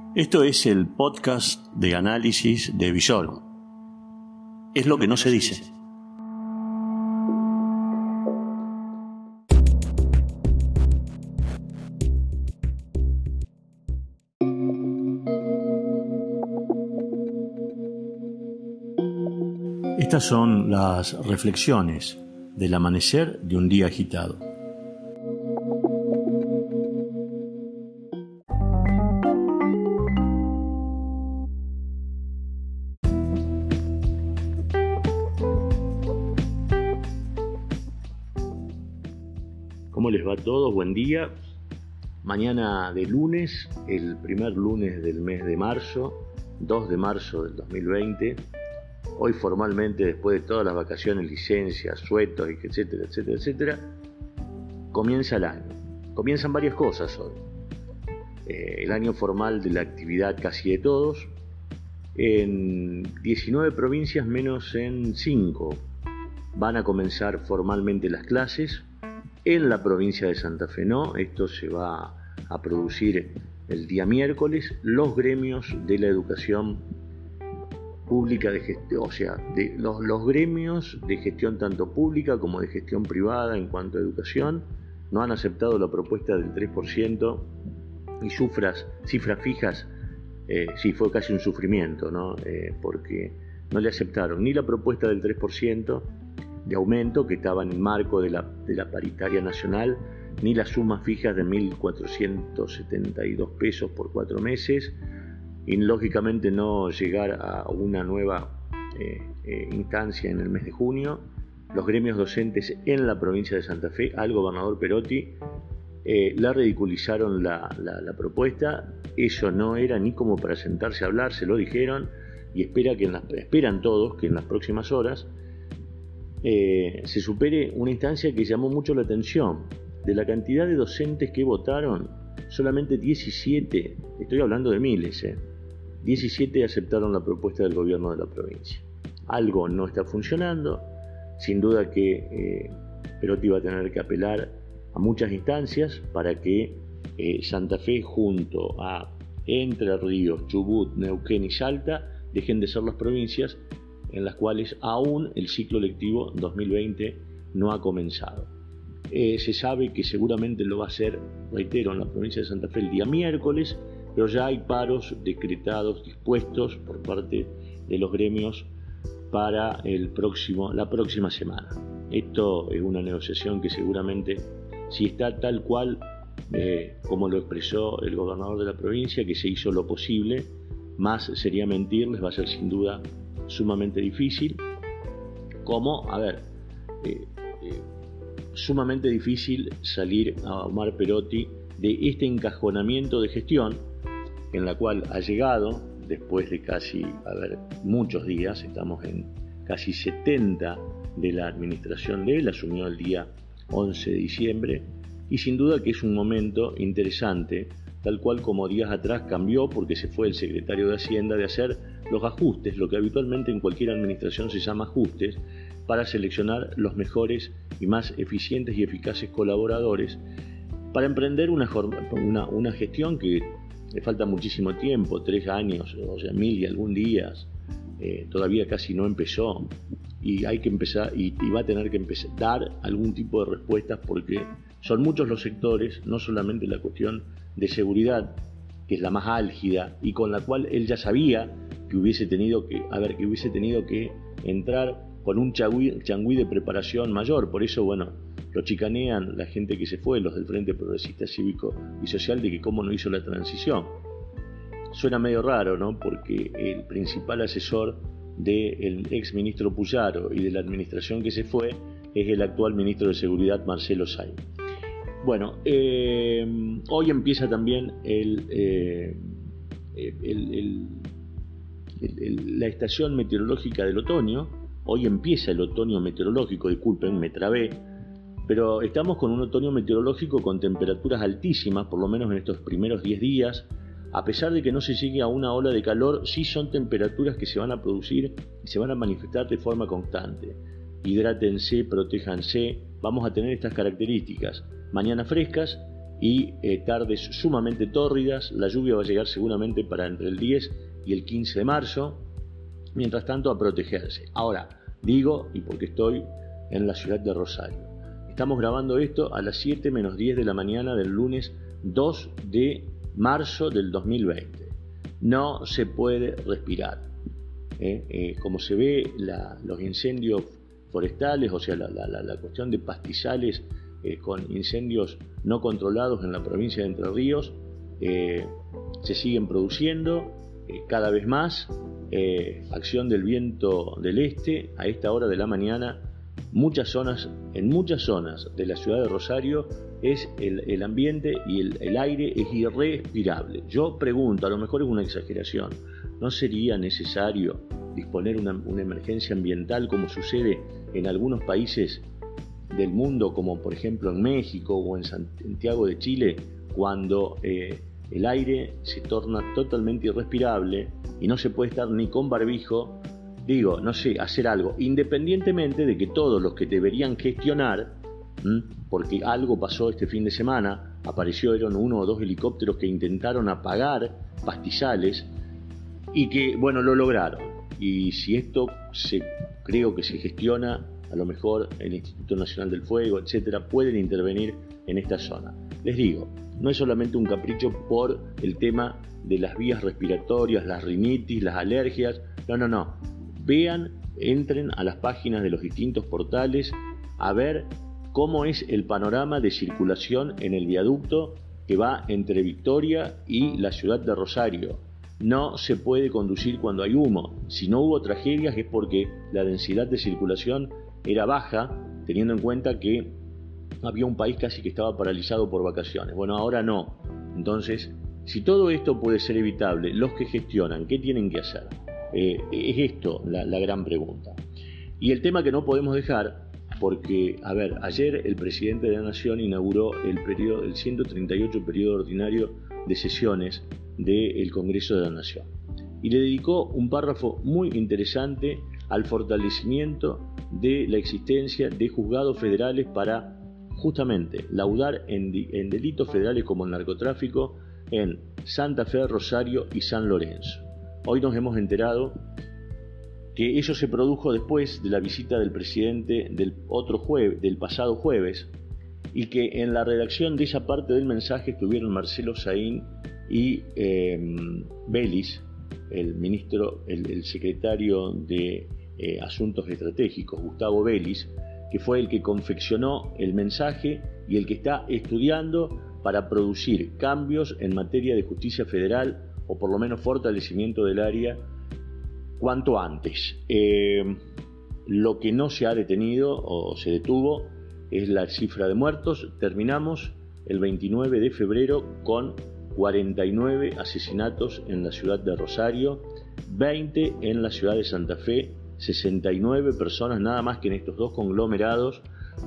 Esto es el podcast de análisis de Visor. Es lo que no se dice. Estas son las reflexiones del amanecer de un día agitado. ¿Cómo les va a todos? Buen día. Mañana de lunes, el primer lunes del mes de marzo, 2 de marzo del 2020. Hoy formalmente, después de todas las vacaciones, licencias, suetos, etcétera, comienza el año. Comienzan varias cosas hoy. El año formal de la actividad casi de todos. En 19 provincias menos en 5 van a comenzar formalmente las clases. En la provincia de Santa Fe no, esto se va a producir el día miércoles. Los gremios de la educación pública de gestión, los gremios de gestión tanto pública como de gestión privada en cuanto a educación no han aceptado la propuesta del 3% y cifras fijas. Sí, fue casi un sufrimiento, ¿no? Porque no le aceptaron ni la propuesta del 3% de aumento que estaba en el marco de la paritaria nacional, ni las sumas fijas de 1.472 pesos por 4 meses, y lógicamente no llegar a una nueva instancia en el mes de junio. Los gremios docentes en la provincia de Santa Fe al gobernador Perotti la ridiculizaron la propuesta. Eso no era ni como para sentarse a hablar, se lo dijeron, y esperan todos que en las próximas horas se supere una instancia que llamó mucho la atención. De la cantidad de docentes que votaron, solamente 17, estoy hablando de miles, 17 aceptaron la propuesta del gobierno de la provincia. Algo no está funcionando, sin duda que Perotti va a tener que apelar a muchas instancias para que Santa Fe junto a Entre Ríos, Chubut, Neuquén y Salta dejen de ser las provincias en las cuales aún el ciclo lectivo 2020 no ha comenzado. Se sabe que seguramente lo va a hacer, reitero, en la provincia de Santa Fe el día miércoles, pero ya hay paros decretados, dispuestos por parte de los gremios para la próxima semana. Esto es una negociación que seguramente, si está tal cual como lo expresó el gobernador de la provincia, que se hizo lo posible, más sería mentirles, va a ser sin duda sumamente difícil, sumamente difícil salir a Omar Perotti de este encajonamiento de gestión en la cual ha llegado después de casi, muchos días. Estamos en casi 70 de la administración de él, asumió el día 11 de diciembre, y sin duda que es un momento interesante, tal cual como días atrás cambió porque se fue el secretario de Hacienda, de hacer los ajustes, lo que habitualmente en cualquier administración se llama ajustes, para seleccionar los mejores y más eficientes y eficaces colaboradores para emprender una gestión que le falta muchísimo tiempo, 3 años, 1000 y algún días, todavía casi no empezó, y hay que empezar y va a tener que empezar a dar algún tipo de respuestas porque son muchos los sectores, no solamente la cuestión de seguridad, que es la más álgida y con la cual él ya sabía que hubiese tenido que entrar con un changüí de preparación mayor. Por eso, lo chicanean la gente que se fue, los del Frente Progresista Cívico y Social, de que cómo no hizo la transición. Suena medio raro, ¿no? Porque el principal asesor del ex ministro Puyaro y de la administración que se fue es el actual ministro de Seguridad, Marcelo Say. Hoy empieza también la estación meteorológica del otoño. Hoy empieza el otoño meteorológico, disculpen, me trabé, pero estamos con un otoño meteorológico con temperaturas altísimas, por lo menos en estos primeros 10 días. A pesar de que no se llegue a una ola de calor, sí son temperaturas que se van a producir y se van a manifestar de forma constante. Hidrátense, protéjanse, vamos a tener estas características. Mañanas frescas, y tardes sumamente tórridas. La lluvia va a llegar seguramente para entre el 10 y el 15 de marzo. Mientras tanto, a protegerse. Ahora, digo, y porque estoy en la ciudad de Rosario, estamos grabando esto a las 7 menos 10 de la mañana del lunes 2 de marzo del 2020. No se puede respirar. Como se ve, los incendios forestales, o sea, la cuestión de pastizales con incendios no controlados en la provincia de Entre Ríos, se siguen produciendo cada vez más. Acción del viento del este a esta hora de la mañana. En muchas zonas de la ciudad de Rosario el ambiente y el aire es irrespirable. Yo pregunto, a lo mejor es una exageración, ¿no sería necesario disponer una emergencia ambiental como sucede en algunos países del mundo, como por ejemplo en México o en Santiago de Chile, cuando el aire se torna totalmente irrespirable y no se puede estar ni con barbijo? Digo, no sé, hacer algo, independientemente de que todos los que deberían gestionar, porque algo pasó este fin de semana, aparecieron 1 o 2 helicópteros que intentaron apagar pastizales y que, bueno, lo lograron. Y si esto creo que se gestiona, a lo mejor el Instituto Nacional del Fuego, etcétera, pueden intervenir en esta zona. Les digo, no es solamente un capricho por el tema de las vías respiratorias, las rinitis, las alergias, no. Vean, entren a las páginas de los distintos portales a ver cómo es el panorama de circulación en el viaducto que va entre Victoria y la ciudad de Rosario. No se puede conducir cuando hay humo. Si no hubo tragedias es porque la densidad de circulación era baja, teniendo en cuenta que había un país casi que estaba paralizado por vacaciones. Bueno, ahora no. Entonces, si todo esto puede ser evitable, los que gestionan, ¿qué tienen que hacer? Es esto la gran pregunta. Y el tema que no podemos dejar, porque, ayer el presidente de la Nación inauguró el 138 periodo ordinario de sesiones del Congreso de la Nación y le dedicó un párrafo muy interesante al fortalecimiento de la existencia de juzgados federales para justamente laudar en delitos federales como el narcotráfico en Santa Fe, Rosario y San Lorenzo. Hoy nos hemos enterado que eso se produjo después de la visita del presidente del pasado jueves, y que en la redacción de esa parte del mensaje estuvieron Marcelo Saín y Vélez, el secretario de Asuntos Estratégicos, Gustavo Vélez, que fue el que confeccionó el mensaje y el que está estudiando para producir cambios en materia de justicia federal, o por lo menos fortalecimiento del área, cuanto antes. Lo que no se ha detenido o se detuvo es la cifra de muertos. Terminamos el 29 de febrero con 49 asesinatos en la ciudad de Rosario, 20 en la ciudad de Santa Fe, 69 personas nada más que en estos dos conglomerados,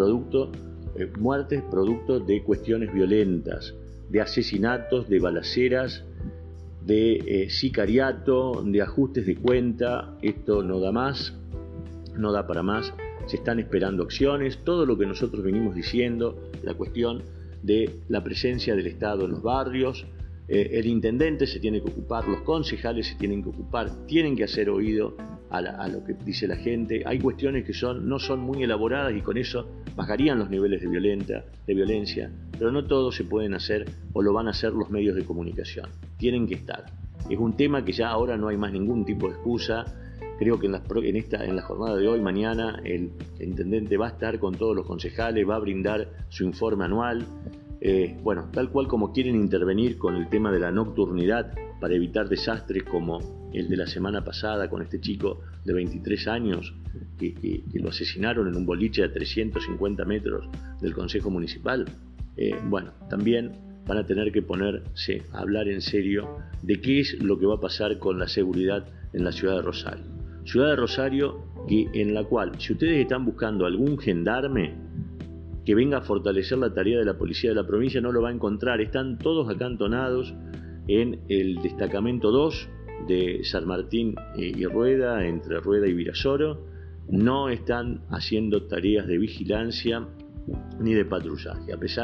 muertes producto de cuestiones violentas, de asesinatos, de balaceras, de sicariato, de ajustes de cuenta. Esto no da más, no da para más. Se están esperando acciones, todo lo que nosotros venimos diciendo, la cuestión de la presencia del Estado en los barrios. El intendente se tiene que ocupar, los concejales se tienen que ocupar, tienen que hacer oído a lo que dice la gente. Hay cuestiones que no son muy elaboradas y con eso bajarían los niveles de violencia, pero no todo se pueden hacer o lo van a hacer los medios de comunicación. Tienen que estar. Es un tema que ya ahora no hay más ningún tipo de excusa. Creo que en la jornada de hoy, mañana, el intendente va a estar con todos los concejales, va a brindar su informe anual. Tal cual como quieren intervenir con el tema de la nocturnidad para evitar desastres como el de la semana pasada con este chico de 23 años que lo asesinaron en un boliche a 350 metros del Consejo Municipal. También van a tener que ponerse a hablar en serio de qué es lo que va a pasar con la seguridad en la ciudad de Rosario. Ciudad de Rosario en la cual, si ustedes están buscando algún gendarme que venga a fortalecer la tarea de la policía de la provincia, no lo va a encontrar. Están todos acantonados en el destacamento 2 de San Martín y Rueda, entre Rueda y Virasoro. No están haciendo tareas de vigilancia ni de patrullaje, a pesar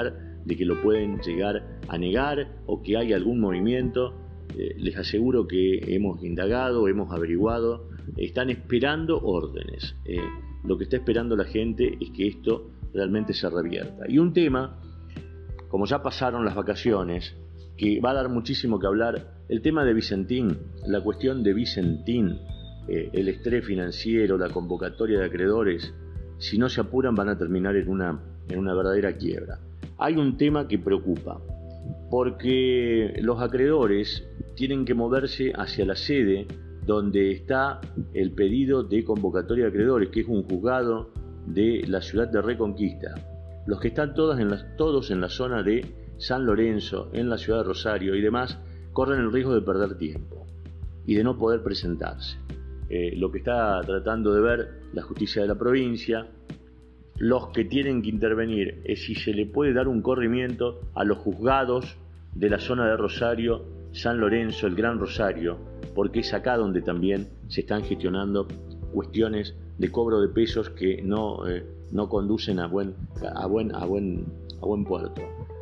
de que lo pueden llegar a negar o que hay algún movimiento. Les aseguro que hemos indagado, hemos averiguado, están esperando órdenes. Lo que está esperando la gente es que esto realmente se revierta. Y un tema, como ya pasaron las vacaciones, que va a dar muchísimo que hablar, el tema de Vicentín, la cuestión de Vicentín, el estrés financiero, la convocatoria de acreedores, si no se apuran van a terminar en una verdadera quiebra. Hay un tema que preocupa, porque los acreedores tienen que moverse hacia la sede donde está el pedido de convocatoria de acreedores, que es un juzgado de la ciudad de Reconquista. Los que están todos en la zona de San Lorenzo, en la ciudad de Rosario y demás, corren el riesgo de perder tiempo y de no poder presentarse. Lo que está tratando de ver la justicia de la provincia, los que tienen que intervenir, es si se le puede dar un corrimiento a los juzgados de la zona de Rosario, San Lorenzo, el Gran Rosario, porque es acá donde también se están gestionando cuestiones de cobro de pesos que no conducen a buen puerto.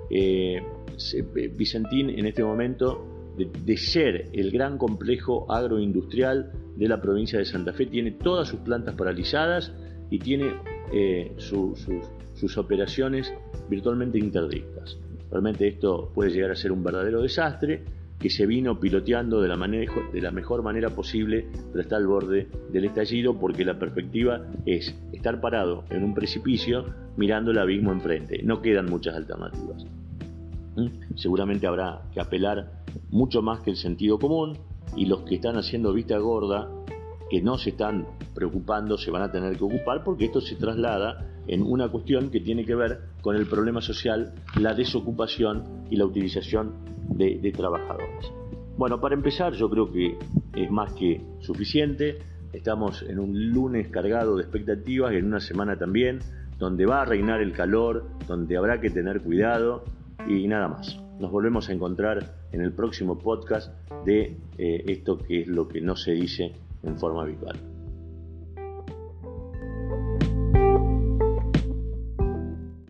Vicentín en este momento, de ser el gran complejo agroindustrial de la provincia de Santa Fe, tiene todas sus plantas paralizadas y tiene sus operaciones virtualmente interdictas. Realmente esto puede llegar a ser un verdadero desastre que se vino piloteando de la mejor manera posible, pero está al borde del estallido, porque la perspectiva es estar parado en un precipicio mirando el abismo enfrente. No quedan muchas alternativas. Seguramente habrá que apelar mucho más que el sentido común, y los que están haciendo vista gorda, que no se están preocupando, se van a tener que ocupar, porque esto se traslada en una cuestión que tiene que ver con el problema social, la desocupación y la utilización de trabajadores. Bueno, para empezar, yo creo que es más que suficiente. Estamos en un lunes cargado de expectativas, y en una semana también, donde va a reinar el calor, donde habrá que tener cuidado, y nada más. Nos volvemos a encontrar en el próximo podcast de esto que es lo que no se dice en forma habitual.